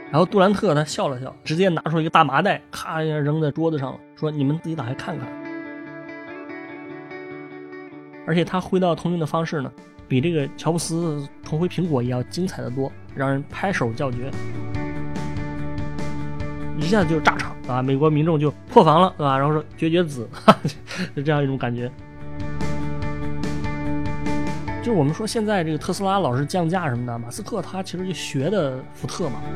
然后杜兰特他笑了笑，直接拿出一个大麻袋，咔一下扔在桌子上了，说你们自己打开看看。而且他挥到通用的方式呢，比这个乔布斯重回苹果也要精彩的多，让人拍手叫绝。一下子就是炸场啊！美国民众就破防了，对吧？然后说绝绝子，就这样一种感觉。就是我们说现在这个特斯拉老是降价什么的，马斯克他其实就学的福特嘛。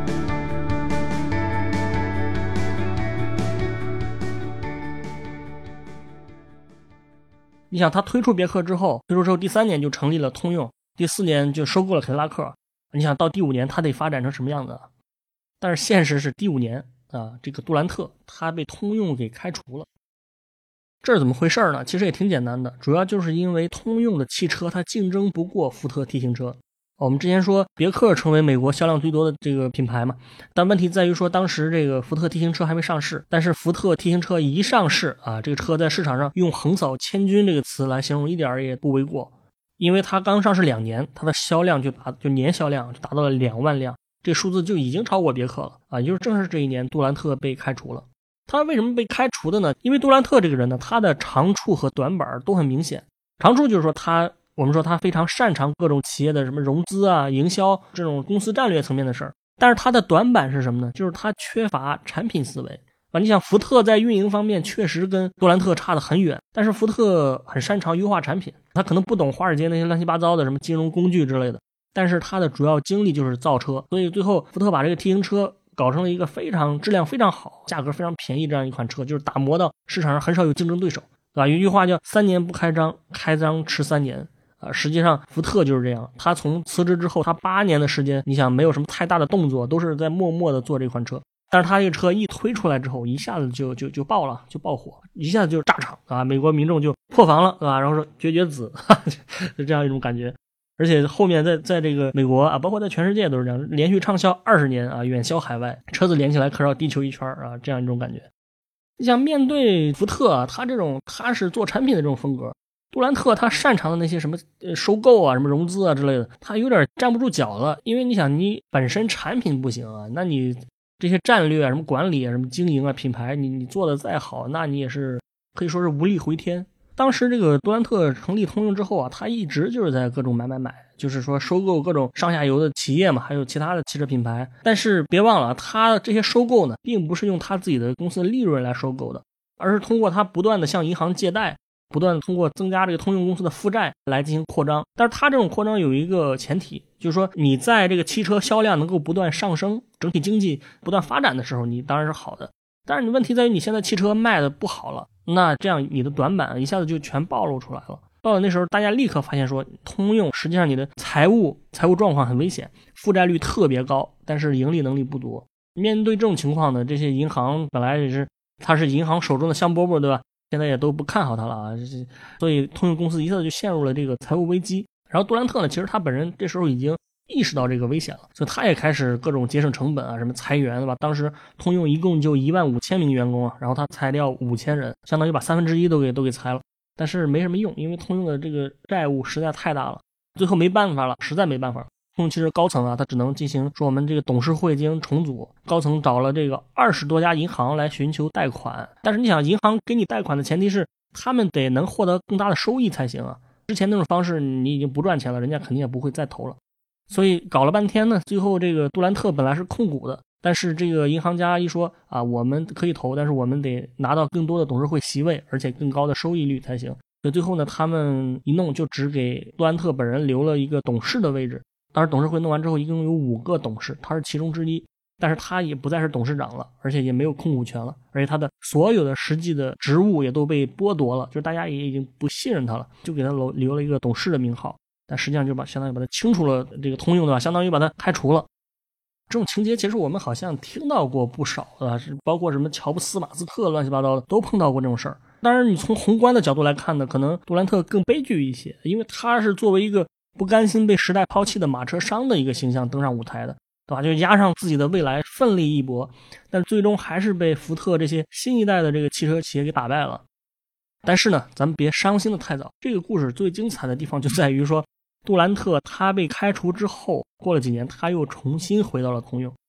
你想他推出别克之后第3年就成立了通用，第4年就收购了凯迪拉克，你想到第5年他得发展成什么样子？但是现实是第5年啊，这个杜兰特他被通用给开除了。这是怎么回事呢？其实也挺简单的，主要就是因为通用的汽车它竞争不过福特 T 型车。我们之前说别克成为美国销量最多的这个品牌嘛，但问题在于说当时这个福特 T 型车还没上市，但是福特 T 型车一上市啊，这个车在市场上用横扫千军这个词来形容一点也不为过，因为它刚上市2年，它的销量就年销量就达到了2万辆，这数字就已经超过别克了啊！也就是正是这一年杜兰特被开除了。他为什么被开除的呢？因为杜兰特这个人呢，他的长处和短板都很明显。长处就是说我们说他非常擅长各种企业的什么融资啊、营销这种公司战略层面的事儿。但是他的短板是什么呢？就是他缺乏产品思维啊。你想福特在运营方面确实跟杜兰特差得很远，但是福特很擅长优化产品，他可能不懂华尔街那些乱七八糟的什么金融工具之类的，但是他的主要精力就是造车，所以最后福特把这个 T 型车搞成了一个质量非常好、价格非常便宜这样一款车，就是打磨到市场上很少有竞争对手，对吧？有一句话叫3年不开张，开张迟3年啊。实际上福特就是这样，他从辞职之后，他8年的时间，你想没有什么太大的动作，都是在默默的做这款车。但是他这个车一推出来之后，一下子就爆了，就爆火，一下子就是炸场啊！美国民众就破防了，对吧？然后说绝绝子，就这样一种感觉。而且后面在这个美国啊，包括在全世界都是这样，连续畅销20年啊，远销海外，车子连起来可绕地球一圈啊，这样一种感觉。你想面对福特啊，他是做产品的这种风格，杜兰特他擅长的那些什么收购啊、什么融资啊之类的，他有点站不住脚了。因为你想你本身产品不行啊，那你这些战略啊、什么管理啊、什么经营啊、品牌，你做的再好，那你也是可以说是无力回天。当时这个杜兰特成立通用之后啊，他一直就是在各种买，就是说收购各种上下游的企业嘛，还有其他的汽车品牌。但是别忘了，他这些收购呢，并不是用他自己的公司的利润来收购的，而是通过他不断的向银行借贷，不断的通过增加这个通用公司的负债来进行扩张。但是他这种扩张有一个前提，就是说你在这个汽车销量能够不断上升，整体经济不断发展的时候，你当然是好的。但是你问题在于你现在汽车卖的不好了，那这样你的短板一下子就全暴露出来了。到了那时候，大家立刻发现说，通用实际上你的财务状况很危险，负债率特别高，但是盈利能力不多。面对这种情况呢，这些银行本来也是他是银行手中的香饽饽，对吧？现在也都不看好他了啊，所以通用公司一下子就陷入了这个财务危机。然后杜兰特呢，其实他本人这时候已经意识到这个危险了，所以他也开始各种节省成本啊，什么裁员，对吧？当时通用一共就15000名员工啊，然后他裁掉5000人，相当于把1/3都给裁了。但是没什么用，因为通用的这个债务实在太大了，最后没办法了，实在没办法。通用其实高层啊，他只能进行说我们这个董事会进行重组，高层找了这个20多家银行来寻求贷款。但是你想，银行给你贷款的前提是他们得能获得更大的收益才行啊，之前那种方式你已经不赚钱了，人家肯定也不会再投了。所以搞了半天呢，最后这个杜兰特本来是控股的，但是这个银行家一说啊，我们可以投，但是我们得拿到更多的董事会席位，而且更高的收益率才行。所以最后呢，他们一弄就只给杜兰特本人留了一个董事的位置。当时董事会弄完之后，一共有5个董事，他是其中之一，但是他也不再是董事长了，而且也没有控股权了，而且他的所有的实际的职务也都被剥夺了，就是大家也已经不信任他了，就给他留了一个董事的名号。但实际上就相当于把他清除了这个通用，对吧？相当于把他开除了。这种情节其实我们好像听到过不少啊，包括什么乔布斯、马斯克乱七八糟的都碰到过这种事儿。当然你从宏观的角度来看呢，可能杜兰特更悲剧一些，因为他是作为一个不甘心被时代抛弃的马车商的一个形象登上舞台的，对吧？就押上自己的未来奋力一搏，但最终还是被福特这些新一代的这个汽车企业给打败了。但是呢，咱们别伤心的太早，这个故事最精彩的地方就在于说，杜兰特他被开除之后，过了几年他又重新回到了通用，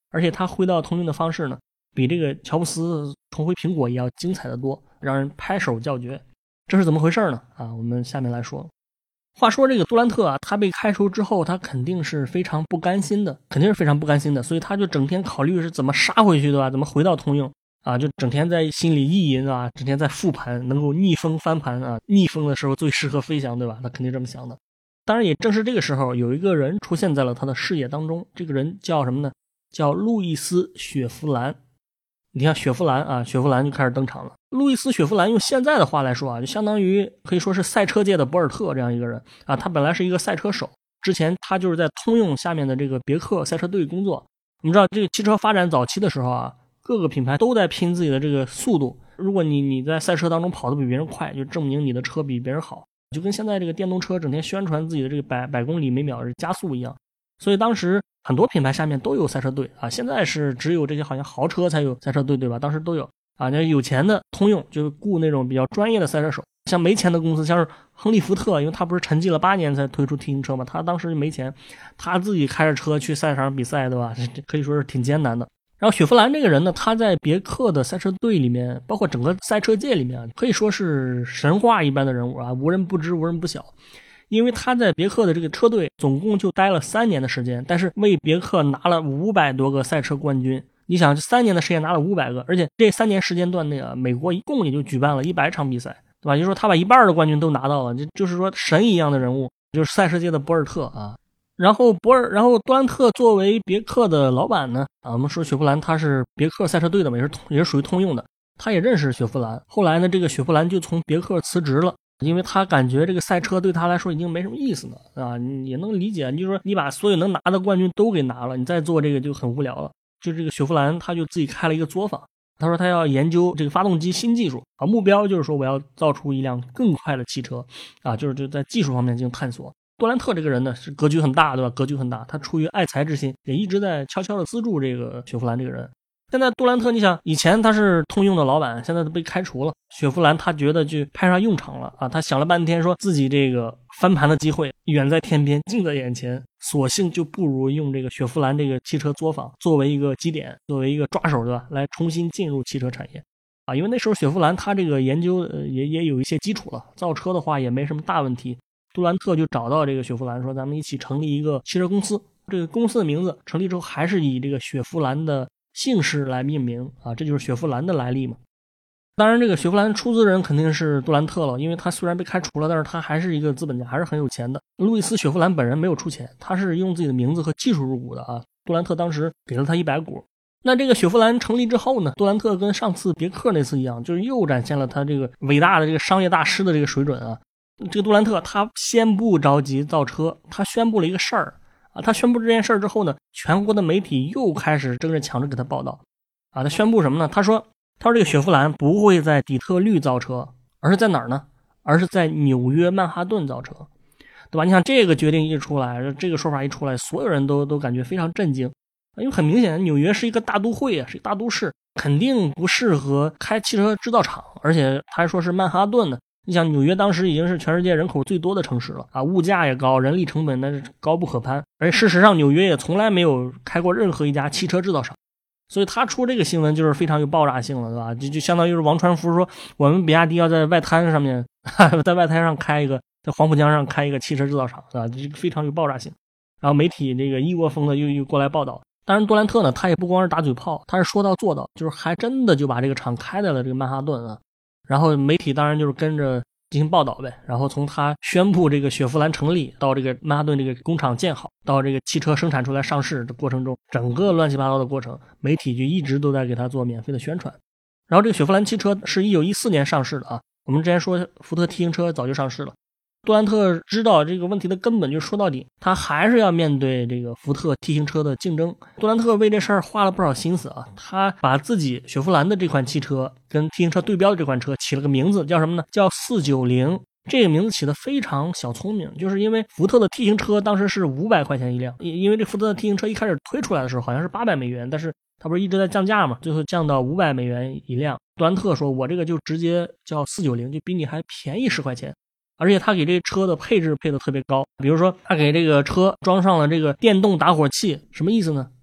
而且他回到通用的方式呢，比这个乔布斯重回苹果也要精彩的多，让人拍手叫绝。这是怎么回事呢？我们下面来说。话说这个杜兰特他被开除之后，他肯定是非常不甘心的，所以他就整天考虑是怎么杀回去，对吧？怎么回到通用就整天在心里意淫整天在复盘，能够逆风翻盘逆风的时候最适合飞翔，对吧？他肯定这么想的。当然也正是这个时候，有一个人出现在了他的视野当中，这个人叫什么呢？叫路易斯·雪佛兰。你看雪佛兰雪佛兰就开始登场了。路易斯·雪佛兰用现在的话来说就相当于可以说是赛车界的博尔特这样一个人他本来是一个赛车手，之前他就是在通用下面的这个别克赛车队工作。我们知道这个汽车发展早期的时候各个品牌都在拼自己的这个速度，如果你在赛车当中跑得比别人快，就证明你的车比别人好，就跟现在这个电动车整天宣传自己的这个百公里每秒的加速一样。所以当时很多品牌下面都有赛车队现在是只有这些好像豪车才有赛车队，对吧？当时都有那有钱的通用就雇那种比较专业的赛车手，像没钱的公司，像是亨利福特，因为他不是沉寂了8年才推出 T 型车嘛，他当时没钱，他自己开着车去赛场比赛，对吧？这可以说是挺艰难的。然后雪佛兰这个人呢，他在别克的赛车队里面，包括整个赛车界里面可以说是神话一般的人物无人不知无人不晓。因为他在别克的这个车队总共就待了3年的时间，但是为别克拿了500多个赛车冠军。你想这3年的时间拿了500个，而且这3年时间段内美国一共也就举办了100场比赛，对吧？就是说他把一半的冠军都拿到了，就是说神一样的人物，就是赛车界的博尔特然后杜兰特作为别克的老板呢我们说雪佛兰他是别克赛车队的嘛，也是属于通用的，他也认识雪佛兰。后来呢，这个雪佛兰就从别克辞职了，因为他感觉这个赛车对他来说已经没什么意思了你也能理解，你就说你把所有能拿的冠军都给拿了，你再做这个就很无聊了。就这个雪佛兰他就自己开了一个作坊，他说他要研究这个发动机新技术目标就是说我要造出一辆更快的汽车就是在技术方面进行探索。杜兰特这个人呢是格局很大，对吧？格局很大，他出于爱才之心，也一直在悄悄的资助这个雪佛兰这个人。现在杜兰特你想以前他是通用的老板，现在都被开除了，雪佛兰他觉得就派上用场了他想了半天说自己这个翻盘的机会远在天边近在眼前，索性就不如用这个雪佛兰这个汽车作坊作为一个基点，作为一个抓手，对吧？来重新进入汽车产业因为那时候雪佛兰他这个研究也有一些基础了，造车的话也没什么大问题。杜兰特就找到这个雪佛兰说咱们一起成立一个汽车公司，这个公司的名字成立之后还是以这个雪佛兰的姓氏来命名这就是雪佛兰的来历嘛。当然这个雪佛兰出资人肯定是杜兰特了，因为他虽然被开除了，但是他还是一个资本家，还是很有钱的。路易斯·雪佛兰本人没有出钱，他是用自己的名字和技术入股的杜兰特当时给了他100股。那这个雪佛兰成立之后呢，杜兰特跟上次别克那次一样，就是又展现了他这个伟大的这个商业大师的这个水准这个杜兰特他先不着急造车，他宣布了一个事儿他宣布这件事儿之后呢，全国的媒体又开始争着抢着给他报道他宣布什么呢？他说这个雪佛兰不会在底特律造车，而是在哪儿呢？而是在纽约曼哈顿造车，对吧？你想这个决定一出来，这个说法一出来，所有人都感觉非常震惊因为很明显纽约是一个大都会是一个大都市，肯定不适合开汽车制造厂，而且他还说是曼哈顿呢。你想纽约当时已经是全世界人口最多的城市了物价也高，人力成本那是高不可攀，而且事实上纽约也从来没有开过任何一家汽车制造厂，所以他出这个新闻就是非常有爆炸性了，对吧？就相当于是王传福说我们比亚迪要在外滩上面在外滩上开一个，在黄浦江上开一个汽车制造厂，对吧？这非常有爆炸性。然后媒体这个一窝蜂的又过来报道。当然杜兰特呢他也不光是打嘴炮，他是说到做到，就是还真的就把这个厂开在了这个曼哈顿然后媒体当然就是跟着进行报道呗，然后从他宣布这个雪佛兰成立到这个曼哈顿这个工厂建好，到这个汽车生产出来上市的过程中，整个乱七八糟的过程，媒体就一直都在给他做免费的宣传。然后这个雪佛兰汽车是1914年上市的我们之前说福特 T 型车早就上市了。杜兰特知道这个问题的根本，就说到底他还是要面对这个福特 T 型车的竞争。杜兰特为这事儿花了不少心思他把自己雪佛兰的这款汽车跟 T 型车对标的这款车起了个名字，叫什么呢？叫490。这个名字起得非常小聪明，就是因为福特的 T 型车当时是500块钱一辆，因为这福特的 T 型车一开始推出来的时候好像是800美元，但是它不是一直在降价嘛，最后降到500美元一辆。杜兰特说我这个就直接叫490，就比你还便宜10块钱。而且他给这车的配置配得特别高，比如说他给这个车装上了这个电动打火器，什么意思呢？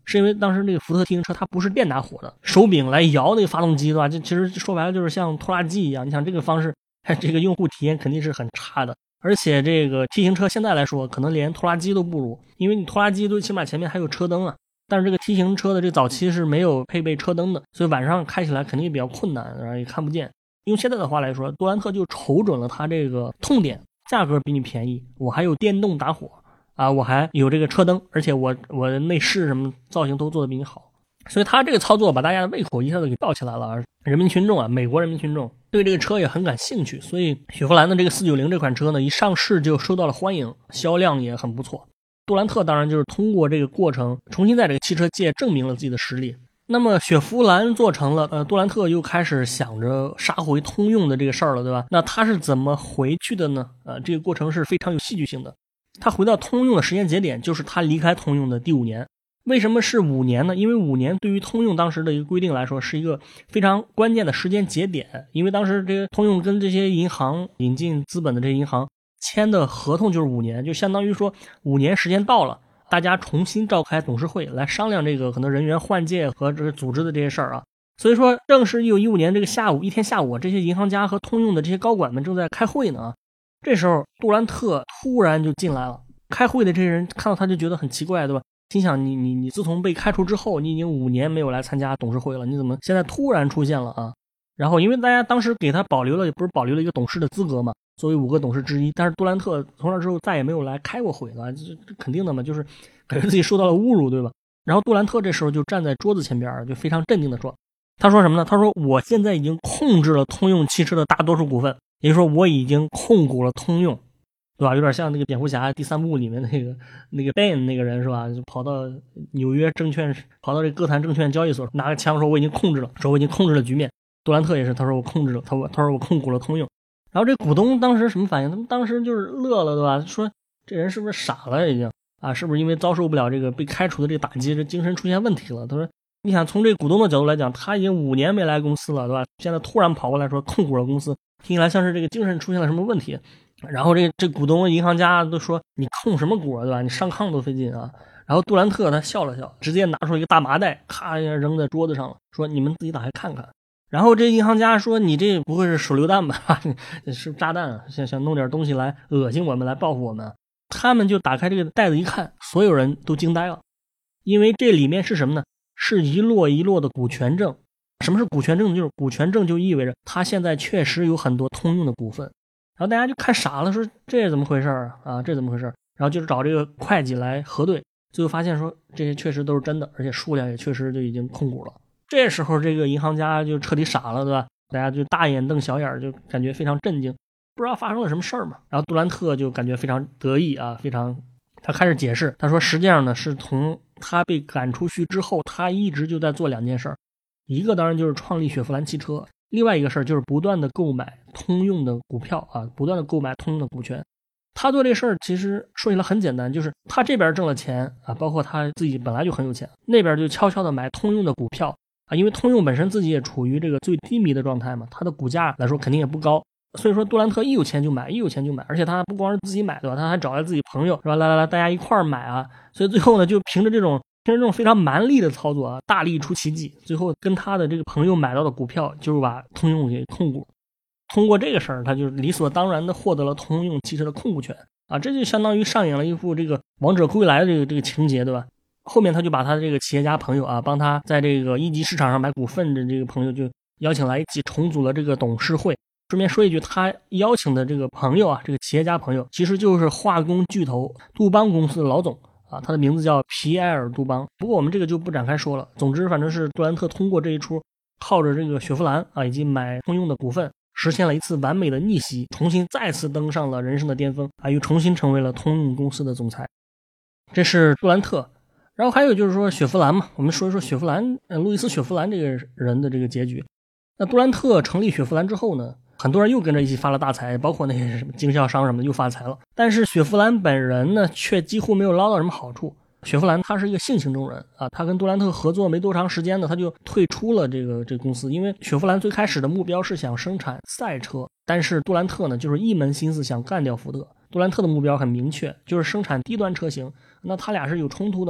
是因为当时那个福特 T 型车它不是电打火的，手柄来摇那个发动机，对吧？这其实说白了就是像拖拉机一样，你想这个方式，这个用户体验肯定是很差的。而且这个 T 型车现在来说，可能连拖拉机都不如，因为你拖拉机最起码前面还有车灯啊，但是这个 T 型车的这早期是没有配备车灯的，所以晚上开起来肯定也比较困难，然后也看不见。用现在的话来说，杜兰特就瞅准了它这个痛点，价格比你便宜，我还有电动打火啊，我还有这个车灯，而且我的内饰什么造型都做得比你好，所以他这个操作把大家的胃口一下子给吊起来了。人民群众啊，美国人民群众对这个车也很感兴趣，所以雪佛兰的这个490这款车呢，一上市就受到了欢迎，销量也很不错。杜兰特当然就是通过这个过程，重新在这个汽车界证明了自己的实力。那么雪佛兰做成了，杜兰特又开始想着杀回通用的这个事儿了，对吧？那他是怎么回去的呢？这个过程是非常有戏剧性的。他回到通用的时间节点就是他离开通用的第5年。为什么是5年呢？因为5年对于通用当时的一个规定来说是一个非常关键的时间节点，因为当时这个通用跟这些银行引进资本的这些银行签的合同就是5年，就相当于说5年时间到了，大家重新召开董事会来商量这个可能人员换届和这个组织的这些事儿啊。所以说正是1915年这个一天下午，这些银行家和通用的这些高管们正在开会呢。这时候杜兰特突然就进来了，开会的这些人看到他就觉得很奇怪，对吧？心想你自从被开除之后，你已经5年没有来参加董事会了，你怎么现在突然出现了啊？然后因为大家当时给他保留了，也不是保留了一个董事的资格嘛，作为5个董事之一，但是杜兰特从那之后再也没有来开过会了，这肯定的嘛，就是感觉自己受到了侮辱，对吧？然后杜兰特这时候就站在桌子前边，就非常镇定的说，他说什么呢？他说我现在已经控制了通用汽车的大多数股份，也就是说我已经控股了通用，对吧？有点像那个蝙蝠侠第3部里面那个 Ben 那个人是吧？就跑到纽约证券，跑到这哥谭证券交易所，拿个枪说我已经控制了局面。杜兰特也是，他说我控制了，他说我控股了通用。然后这股东当时什么反应？他们当时就是乐了，对吧？说这人是不是傻了已经啊？是不是因为遭受不了这个被开除的这个打击，这精神出现问题了？他说你想从这个股东的角度来讲，他已经5年没来公司了，对吧？现在突然跑过来说控股了公司，听起来像是这个精神出现了什么问题。然后这股东银行家都说你控什么股啊，对吧？你上炕都费劲啊。然后杜兰特他笑了笑，直接拿出一个大麻袋，咔一下扔在桌子上了，说你们自己打开看看。然后这银行家说你这不会是手榴弹吧？是炸弹啊，想弄点东西来恶心我们，来报复我们。他们就打开这个袋子一看，所有人都惊呆了，因为这里面是什么呢？是一摞一摞的股权证。什么是股权证？就是股权证就意味着他现在确实有很多通用的股份。然后大家就看傻了，说这怎么回事啊？这怎么回事？然后就是找这个会计来核对，最后发现说这些确实都是真的，而且数量也确实就已经控股了。这时候这个银行家就彻底傻了，对吧？大家就大眼瞪小眼，就感觉非常震惊，不知道发生了什么事儿嘛。然后杜兰特就感觉非常得意啊，他开始解释，他说实际上呢是从他被赶出去之后，他一直就在做2件事，一个当然就是创立雪佛兰汽车，另外一个事儿就是不断的购买通用的股票啊，不断的购买通用的股权。他做这事儿其实说起来很简单，就是他这边挣了钱啊，包括他自己本来就很有钱，那边就悄悄的买通用的股票啊，因为通用本身自己也处于这个最低迷的状态嘛，它的股价来说肯定也不高，所以说杜兰特一有钱就买，而且他不光是自己买，对吧？他还找来自己朋友，是吧？来，大家一块儿买啊，所以最后呢，就凭着这种非常蛮力的操作啊，大力出奇迹，最后跟他的这个朋友买到的股票就是把通用给控股。通过这个事儿，他就理所当然的获得了通用汽车的控股权啊，这就相当于上演了一副这个王者归来的这个情节，对吧？后面他就把他的这个企业家朋友啊，帮他在这个一级市场上买股份的这个朋友就邀请来一起重组了这个董事会。顺便说一句，他邀请的这个朋友啊，这个企业家朋友其实就是化工巨头杜邦公司的老总啊，他的名字叫皮埃尔·杜邦。不过我们这个就不展开说了。总之，反正是杜兰特通过这一出，靠着这个雪佛兰啊以及买通用的股份，实现了一次完美的逆袭，再次登上了人生的巅峰啊，又重新成为了通用公司的总裁。这是杜兰特。然后还有就是说雪佛兰嘛，我们说一说雪佛兰，路易斯·雪佛兰这个人的这个结局。那杜兰特成立雪佛兰之后呢，很多人又跟着一起发了大财，包括那些什么经销商什么的又发财了。但是雪佛兰本人呢，却几乎没有捞到什么好处。雪佛兰他是一个性情中人啊，他跟杜兰特合作没多长时间呢，他就退出了这个公司，因为雪佛兰最开始的目标是想生产赛车，但是杜兰特呢就是一门心思想干掉福特。杜兰特的目标很明确，就是生产低端车型，那他俩是有冲突的嘛。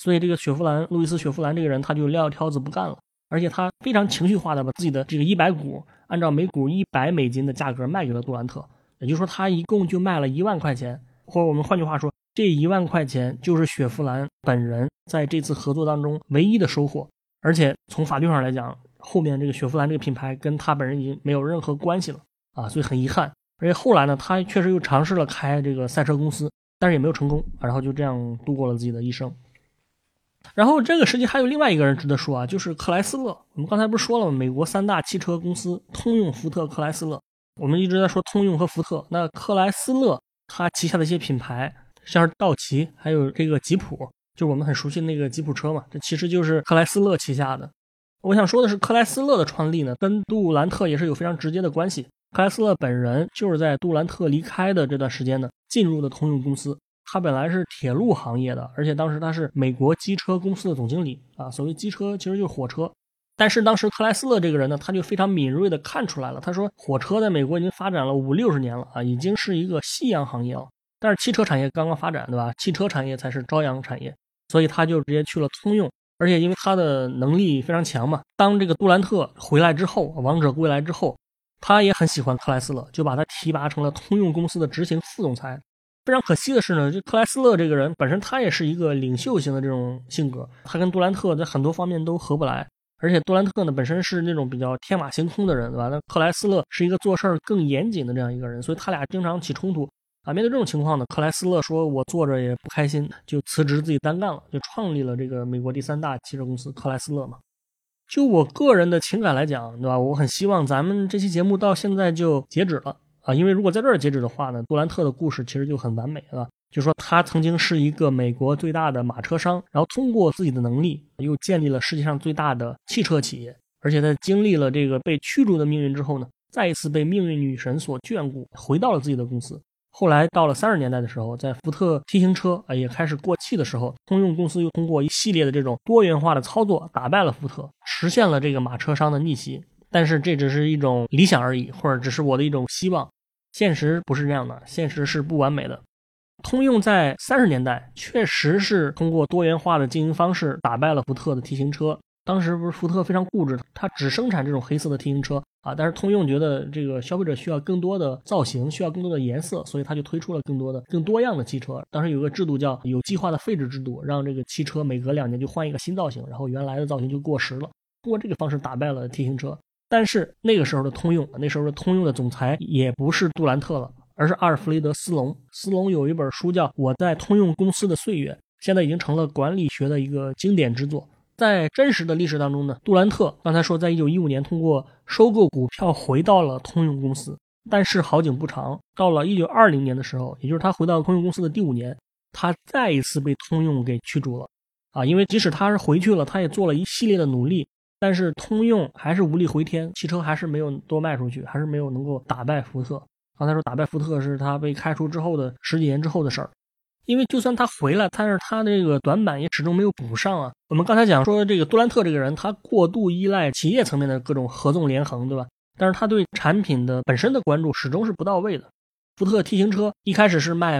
所以这个路易斯·雪佛兰这个人他就撂挑子不干了，而且他非常情绪化的把自己的这个100股按照每股$100的价格卖给了杜兰特，也就是说他一共就卖了1万块钱，或者我们换句话说，这1万块钱就是雪佛兰本人在这次合作当中唯一的收获。而且从法律上来讲，后面这个雪佛兰这个品牌跟他本人已经没有任何关系了啊，所以很遗憾。而且后来呢，他确实又尝试了开这个赛车公司，但是也没有成功，然后就这样度过了自己的一生。然后这个时期还有另外一个人值得说啊，就是克莱斯勒。我们刚才不是说了吗？美国3大汽车公司通用、福特、克莱斯勒。我们一直在说通用和福特，那克莱斯勒他旗下的一些品牌，像是道奇，还有这个吉普，就是我们很熟悉的那个吉普车嘛，这其实就是克莱斯勒旗下的。我想说的是，克莱斯勒的创立呢，跟杜兰特也是有非常直接的关系。克莱斯勒本人就是在杜兰特离开的这段时间呢，进入的通用公司。他本来是铁路行业的，而且当时他是美国机车公司的总经理啊。所谓机车其实就是火车，但是当时克莱斯勒这个人呢，他就非常敏锐的看出来了，他说火车在美国已经发展了50-60年了啊，已经是一个夕阳行业了，但是汽车产业刚刚发展，对吧？汽车产业才是朝阳产业，所以他就直接去了通用。而且因为他的能力非常强嘛，当这个杜兰特回来之后，王者归来之后，他也很喜欢克莱斯勒，就把他提拔成了通用公司的执行副总裁。非常可惜的是呢，这克莱斯勒这个人本身他也是一个领袖型的这种性格，他跟杜兰特在很多方面都合不来。而且杜兰特呢本身是那种比较天马行空的人，对吧？那克莱斯勒是一个做事儿更严谨的这样一个人，所以他俩经常起冲突啊。面对这种情况呢，克莱斯勒说我做着也不开心，就辞职自己单干了，就创立了这个美国第3大汽车公司克莱斯勒嘛。就我个人的情感来讲，对吧？我很希望咱们这期节目到现在就截止了啊，因为如果在这儿截止的话呢，杜兰特的故事其实就很完美了。就说他曾经是一个美国最大的马车商，然后通过自己的能力又建立了世界上最大的汽车企业，而且在经历了这个被驱逐的命运之后呢，再一次被命运女神所眷顾，回到了自己的公司。后来到了30年代的时候，在福特 T 型车也开始过气的时候，通用公司又通过一系列的这种多元化的操作打败了福特，实现了这个马车商的逆袭。但是这只是一种理想而已，或者只是我的一种希望，现实不是这样的，现实是不完美的。通用在30年代确实是通过多元化的经营方式打败了福特的 T 型车。当时不是福特非常固执，他只生产这种黑色的 T 型车啊，但是通用觉得这个消费者需要更多的造型，需要更多的颜色，所以他就推出了更多样的汽车。当时有个制度叫有计划的废止制度，让这个汽车每隔2年就换一个新造型，然后原来的造型就过时了。通过这个方式打败了 T 型车。但是那个时候的通用的总裁也不是杜兰特了，而是阿尔弗雷德·斯隆。斯隆有一本书叫《我在通用公司的岁月》，现在已经成了管理学的一个经典之作。在真实的历史当中呢，杜兰特刚才说在1915年通过收购股票回到了通用公司，但是好景不长，到了1920年的时候，也就是他回到通用公司的第5年，他再一次被通用给驱逐了啊！因为即使他是回去了，他也做了一系列的努力，但是通用还是无力回天，汽车还是没有多卖出去，还是没有能够打败福特。刚才说打败福特是他被开除之后的10几年之后的事儿。因为就算他回来，但是他这个短板也始终没有补上啊。我们刚才讲说这个杜兰特这个人，他过度依赖企业层面的各种合纵连横，对吧？但是他对产品的本身的关注始终是不到位的。福特 T 型车一开始是卖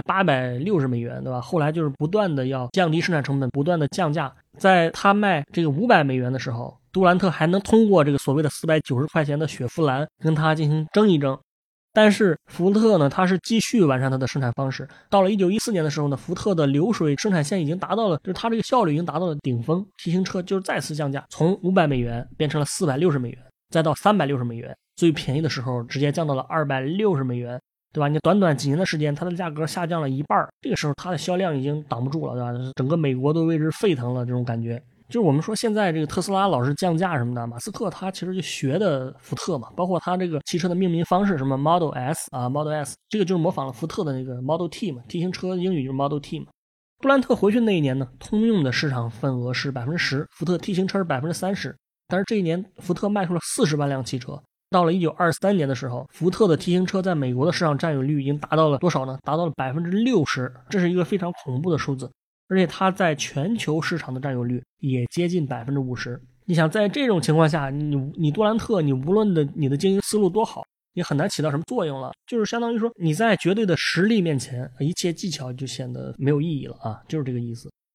$860，对吧？后来就是不断的要降低生产成本，不断的降价。在他卖这个$500的时候，杜兰特还能通过这个所谓的490块钱的雪佛兰跟他进行争一争。但是福特呢，它是继续完善它的生产方式。到了1914年的时候呢，福特的流水生产线已经达到了，就是它这个效率已经达到了顶峰。T 型车就是再次降价，从$500变成了$460，再到$360，最便宜的时候直接降到了$260，对吧？你短短几年的时间，它的价格下降了一半，这个时候它的销量已经挡不住了，对吧？整个美国都为之沸腾了，这种感觉。就是我们说现在这个特斯拉老是降价什么的，马斯克他其实就学的福特嘛，包括他这个汽车的命名方式，什么 Model S 啊 Model S， 这个就是模仿了福特的那个 Model T 嘛 ，T 型车英语就是 Model T 嘛。杜兰特回去那一年呢，通用的市场份额是10%，福特 T 型车是30%，但是这一年福特卖出了40万辆汽车。到了1923年的时候，福特的 T 型车在美国的市场占有率已经达到了多少呢？达到了60%，这是一个非常恐怖的数字。而且它在全球市场的占有率也接近50%。你想在这种情况下，你杜兰特，你无论你的经营思路多好，也很难起到什么作用了。就是相当于说你在绝对的实力面前，一切技巧就显得没有意义了啊，就是这个意思。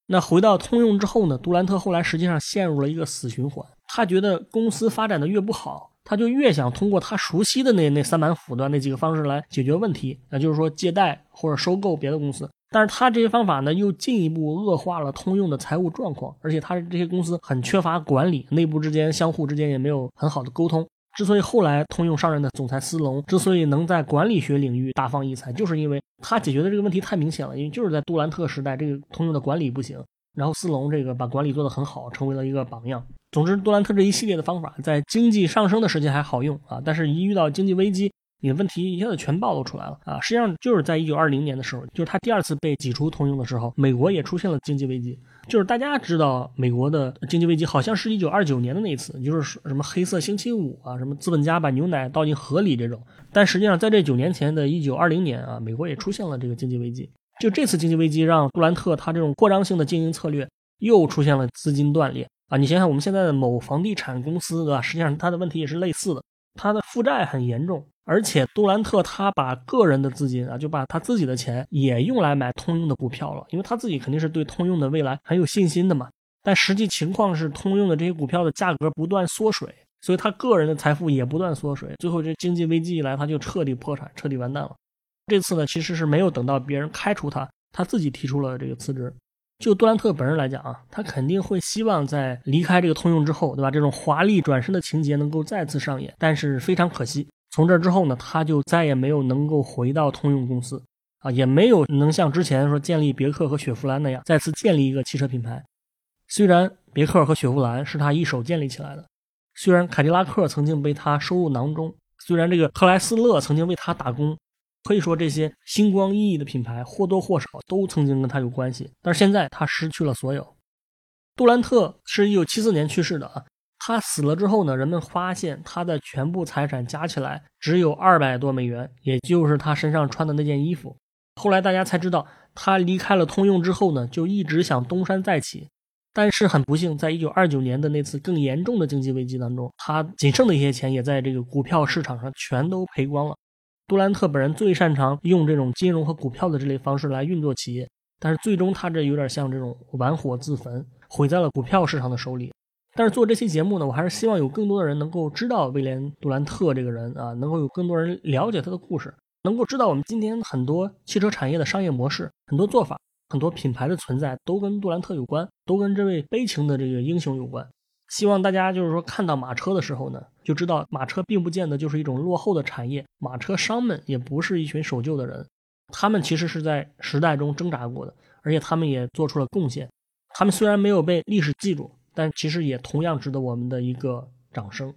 那回到通用之后呢，杜兰特后来实际上陷入了一个死循环。他觉得公司发展的越不好，他就越想通过他熟悉的那三板斧的那几个方式来解决问题，那就是说借贷或者收购别的公司。但是他这些方法呢，又进一步恶化了通用的财务状况，而且他这些公司很缺乏管理，内部之间相互之间也没有很好的沟通。之所以后来通用上任的总裁斯隆之所以能在管理学领域大放异彩，就是因为他解决的这个问题太明显了，因为就是在杜兰特时代，这个通用的管理不行，然后斯隆这个把管理做得很好，成为了一个榜样。总之，杜兰特这一系列的方法在经济上升的时期还好用啊，但是一遇到经济危机，你的问题一下子全暴露出来了啊！实际上就是在1920年的时候，就是他第二次被挤出通用的时候，美国也出现了经济危机。就是大家知道美国的经济危机好像是1929年的那一次，就是什么黑色星期五啊，什么资本家把牛奶倒进河里这种。但实际上在这9年前的1920年啊，美国也出现了这个经济危机。就这次经济危机让杜兰特他这种扩张性的经营策略又出现了资金断裂啊！你想想我们现在的某房地产公司对吧，实际上它的问题也是类似的，它的负债很严重。而且杜兰特他把个人的资金啊，就把他自己的钱也用来买通用的股票了，因为他自己肯定是对通用的未来很有信心的嘛。但实际情况是通用的这些股票的价格不断缩水，所以他个人的财富也不断缩水，最后这经济危机一来，他就彻底破产，彻底完蛋了。这次呢，其实是没有等到别人开除他，他自己提出了这个辞职。就杜兰特本人来讲啊，他肯定会希望在离开这个通用之后，对吧？这种华丽转身的情节能够再次上演，但是非常可惜。从这之后呢，他就再也没有能够回到通用公司啊，也没有能像之前说建立别克和雪佛兰那样再次建立一个汽车品牌。虽然别克和雪佛兰是他一手建立起来的，虽然凯迪拉克曾经被他收入囊中，虽然这个克莱斯勒曾经为他打工，可以说这些星光熠熠的品牌或多或少都曾经跟他有关系，但是现在他失去了所有。杜兰特是1974年去世的啊。他死了之后呢，人们发现他的全部财产加起来只有200多美元，也就是他身上穿的那件衣服。后来大家才知道，他离开了通用之后呢，就一直想东山再起。但是很不幸，在1929年的那次更严重的经济危机当中，他仅剩的一些钱也在这个股票市场上全都赔光了。杜兰特本人最擅长用这种金融和股票的这类方式来运作企业，但是最终他这有点像这种玩火自焚，毁在了股票市场的手里。但是做这期节目呢，我还是希望有更多的人能够知道威廉·杜兰特这个人啊，能够有更多人了解他的故事，能够知道我们今天很多汽车产业的商业模式、很多做法、很多品牌的存在都跟杜兰特有关，都跟这位悲情的这个英雄有关。希望大家就是说看到马车的时候呢，就知道马车并不见得就是一种落后的产业，马车商们也不是一群守旧的人，他们其实是在时代中挣扎过的，而且他们也做出了贡献。他们虽然没有被历史记住，但其实也同样值得我们的一个掌声。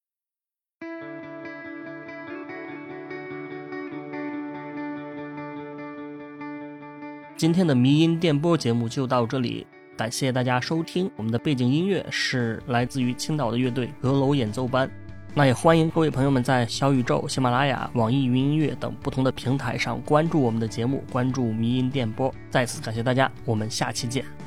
今天的迷音电波节目就到这里，感谢大家收听。我们的背景音乐是来自于青岛的乐队阁楼演奏班。那也欢迎各位朋友们在小宇宙、喜马拉雅、网易云音乐等不同的平台上关注我们的节目，关注迷音电波。再次感谢大家，我们下期见。